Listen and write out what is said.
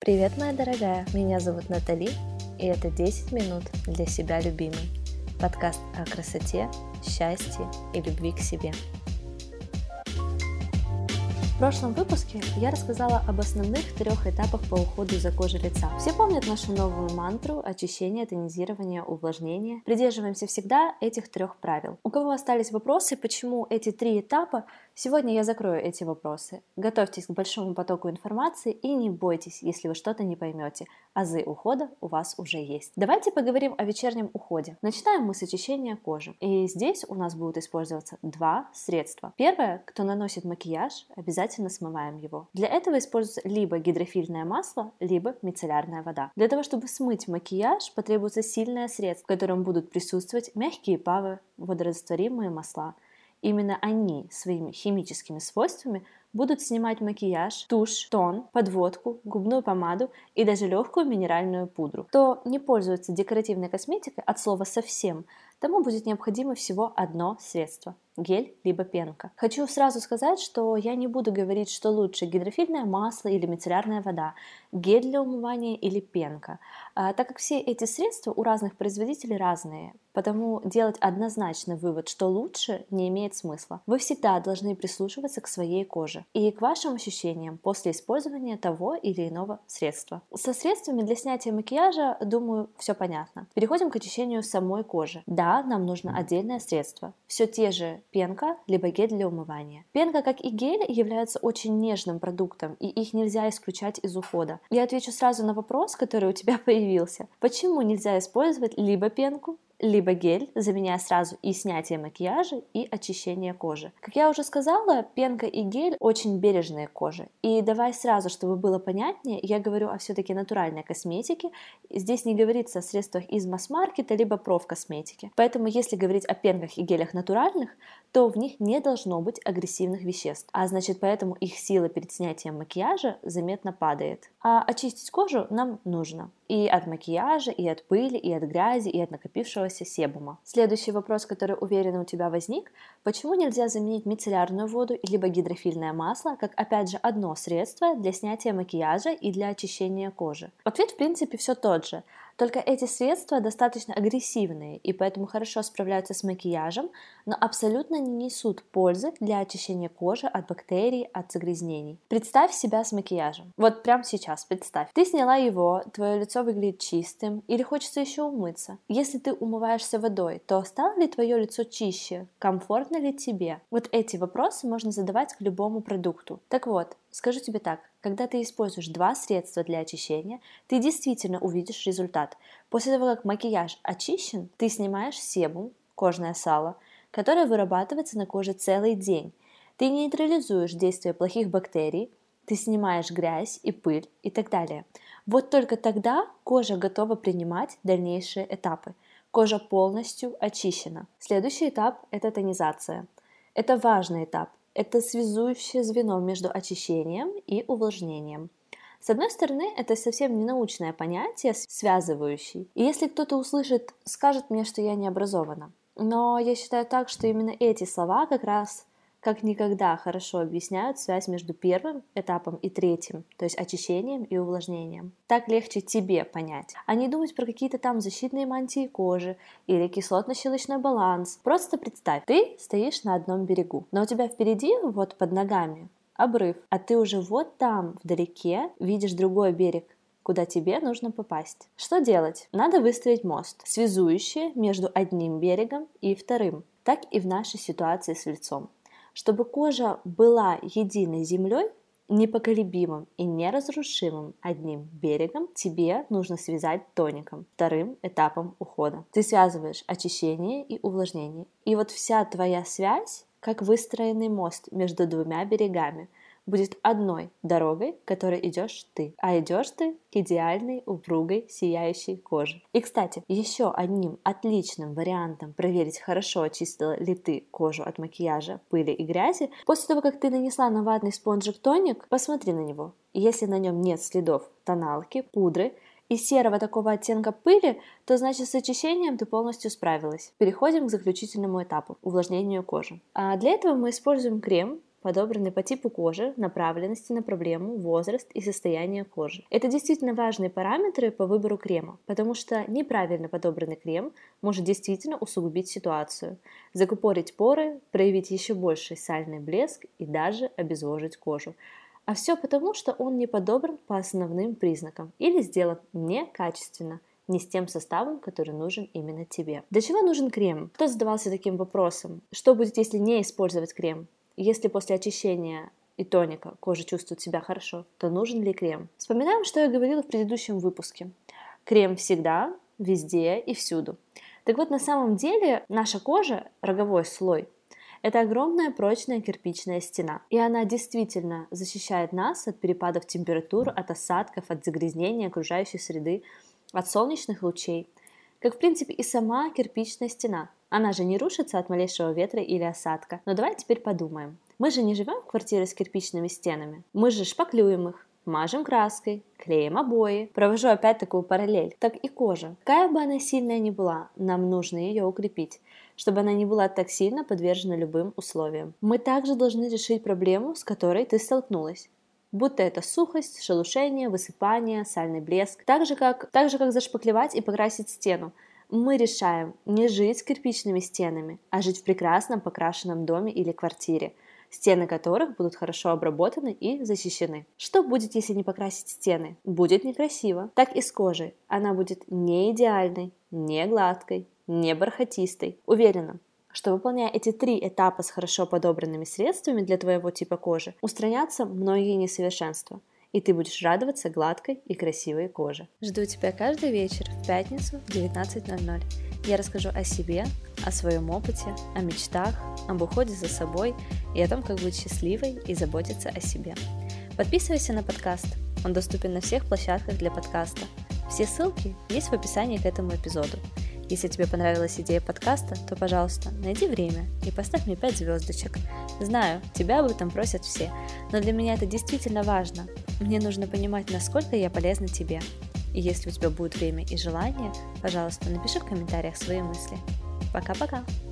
Привет, моя дорогая, меня зовут Натали, и это 10 минут для себя любимой. Подкаст о красоте, счастье и любви к себе. В прошлом выпуске я рассказала об основных 3 этапах по уходу за кожей лица. Все помнят нашу новую мантру очищения, тонизирования, увлажнения. Придерживаемся всегда этих 3 правил. У кого остались вопросы, почему эти 3 этапа, сегодня я закрою эти вопросы. Готовьтесь к большому потоку информации и не бойтесь, если вы что-то не поймете. Азы ухода у вас уже есть. Давайте поговорим о вечернем уходе. Начинаем мы с очищения кожи. И здесь у нас будут использоваться 2 средства. Первое, кто наносит макияж, обязательно смываем его. Для этого используется либо гидрофильное масло, либо мицеллярная вода. Для того, чтобы смыть макияж, потребуется сильное средство, в котором будут присутствовать мягкие ПАВы, водорастворимые масла. Именно они своими химическими свойствами будут снимать макияж, тушь, тон, подводку, губную помаду и даже легкую минеральную пудру. Кто не пользуется декоративной косметикой от слова совсем, тому будет необходимо всего одно средство – гель либо пенка. Хочу сразу сказать, что я не буду говорить, что лучше гидрофильное масло или мицеллярная вода, гель для умывания или пенка, так как все эти средства у разных производителей разные, потому делать однозначный вывод, что лучше, не имеет смысла. Вы всегда должны прислушиваться к своей коже и к вашим ощущениям после использования того или иного средства. Со средствами для снятия макияжа, думаю, все понятно. Переходим к очищению самой кожи. Да, нам нужно отдельное средство. Все те же пенка, либо гель для умывания. Пенка, как и гель, являются очень нежным продуктом, и их нельзя исключать из ухода. Я отвечу сразу на вопрос, который у тебя появился. Почему нельзя использовать либо пенку, либо гель, заменяя сразу и снятие макияжа, и очищение кожи. Как я уже сказала, пенка и гель очень бережные к коже. И давай сразу, чтобы было понятнее, я говорю о все-таки натуральной косметике. Здесь не говорится о средствах из масс-маркета, либо профкосметики. Поэтому, если говорить о пенках и гелях натуральных, то в них не должно быть агрессивных веществ. А значит, поэтому их сила перед снятием макияжа заметно падает. А очистить кожу нам нужно. И от макияжа, и от пыли, и от грязи, и от накопившегося себума. Следующий вопрос, который, уверена, у тебя возник. Почему нельзя заменить мицеллярную воду либо гидрофильное масло, как, опять же, одно средство для снятия макияжа и для очищения кожи? Ответ, в принципе, все тот же. Только эти средства достаточно агрессивные и поэтому хорошо справляются с макияжем, но абсолютно не несут пользы для очищения кожи от бактерий, от загрязнений. Представь себя с макияжем. Вот прямо сейчас представь. Ты сняла его, твое лицо выглядит чистым или хочется еще умыться. Если ты умываешься водой, то стало ли твое лицо чище? Комфортно ли тебе? Вот эти вопросы можно задавать к любому продукту. Так вот, скажу тебе так, когда ты используешь 2 средства для очищения, ты действительно увидишь результат. После того, как макияж очищен, ты снимаешь себум, кожное сало, которое вырабатывается на коже целый день. Ты нейтрализуешь действие плохих бактерий, ты снимаешь грязь и пыль и так далее. Вот только тогда кожа готова принимать дальнейшие этапы. Кожа полностью очищена. Следующий этап – это тонизация. Это важный этап. Это связующее звено между очищением и увлажнением. С одной стороны, это совсем не научное понятие, связывающий. И если кто-то услышит, скажет мне, что я не образована. Но я считаю так, что именно эти слова как раз как никогда хорошо объясняют связь между первым этапом и третьим, то есть очищением и увлажнением. Так легче тебе понять, а не думать про какие-то там защитные мантии кожи или кислотно-щелочной баланс. Просто представь, ты стоишь на одном берегу, но у тебя впереди, вот под ногами, обрыв, а ты уже вот там, вдалеке, видишь другой берег, куда тебе нужно попасть. Что делать? Надо выстроить мост, связующий между одним берегом и вторым. Так и в нашей ситуации с лицом. Чтобы кожа была единой землей, непоколебимым и неразрушимым одним берегом, тебе нужно связать тоником, вторым этапом ухода. Ты связываешь очищение и увлажнение. И вот вся твоя связь, как выстроенный мост между 2 берегами, будет одной дорогой, которой идешь ты. А идешь ты к идеальной, упругой, сияющей коже. И, кстати, еще одним отличным вариантом проверить, хорошо очистила ли ты кожу от макияжа, пыли и грязи, после того, как ты нанесла на ватный спонжик тоник, посмотри на него. И если на нем нет следов тоналки, пудры и серого такого оттенка пыли, то значит с очищением ты полностью справилась. Переходим к заключительному этапу – увлажнению кожи. А для этого мы используем крем подобраны по типу кожи, направленности на проблему, возраст и состояние кожи. Это действительно важные параметры по выбору крема, потому что неправильно подобранный крем может действительно усугубить ситуацию, закупорить поры, проявить еще больший сальный блеск и даже обезвожить кожу. А все потому, что он не подобран по основным признакам или сделан некачественно, не с тем составом, который нужен именно тебе. Для чего нужен крем? Кто задавался таким вопросом? Что будет, если не использовать крем? Если после очищения и тоника кожа чувствует себя хорошо, то нужен ли крем? Вспоминаем, что я говорила в предыдущем выпуске. Крем всегда, везде и всюду. Так вот, на самом деле наша кожа, роговой слой, это огромная прочная кирпичная стена, и она действительно защищает нас от перепадов температур, от осадков, от загрязнения окружающей среды, от солнечных лучей, как в принципе и сама кирпичная стена. Она же не рушится от малейшего ветра или осадка. Но давай теперь подумаем. Мы же не живем в квартире с кирпичными стенами. Мы же шпаклюем их, мажем краской, клеим обои. Провожу опять такую параллель. Так и кожа. Какая бы она сильная ни была, нам нужно ее укрепить, чтобы она не была так сильно подвержена любым условиям. Мы также должны решить проблему, с которой ты столкнулась. Будто это сухость, шелушение, высыпание, сальный блеск. Так же, как зашпаклевать и покрасить стену. Мы решаем не жить с кирпичными стенами, а жить в прекрасном покрашенном доме или квартире, стены которых будут хорошо обработаны и защищены. Что будет, если не покрасить стены? Будет некрасиво. Так и с кожей. Она будет не идеальной, не гладкой, не бархатистой. Уверена, что, выполняя эти 3 этапа с хорошо подобранными средствами для твоего типа кожи, устранятся многие несовершенства, и ты будешь радоваться гладкой и красивой коже. Жду тебя каждый вечер в пятницу в 19:00. Я расскажу о себе, о своем опыте, о мечтах, об уходе за собой и о том, как быть счастливой и заботиться о себе. Подписывайся на подкаст, он доступен на всех площадках для подкаста. Все ссылки есть в описании к этому эпизоду. Если тебе понравилась идея подкаста, то, пожалуйста, найди время и поставь мне 5 звездочек. Знаю, тебя об этом просят все, но для меня это действительно важно. Мне нужно понимать, насколько я полезна тебе. И если у тебя будет время и желание, пожалуйста, напиши в комментариях свои мысли. Пока-пока!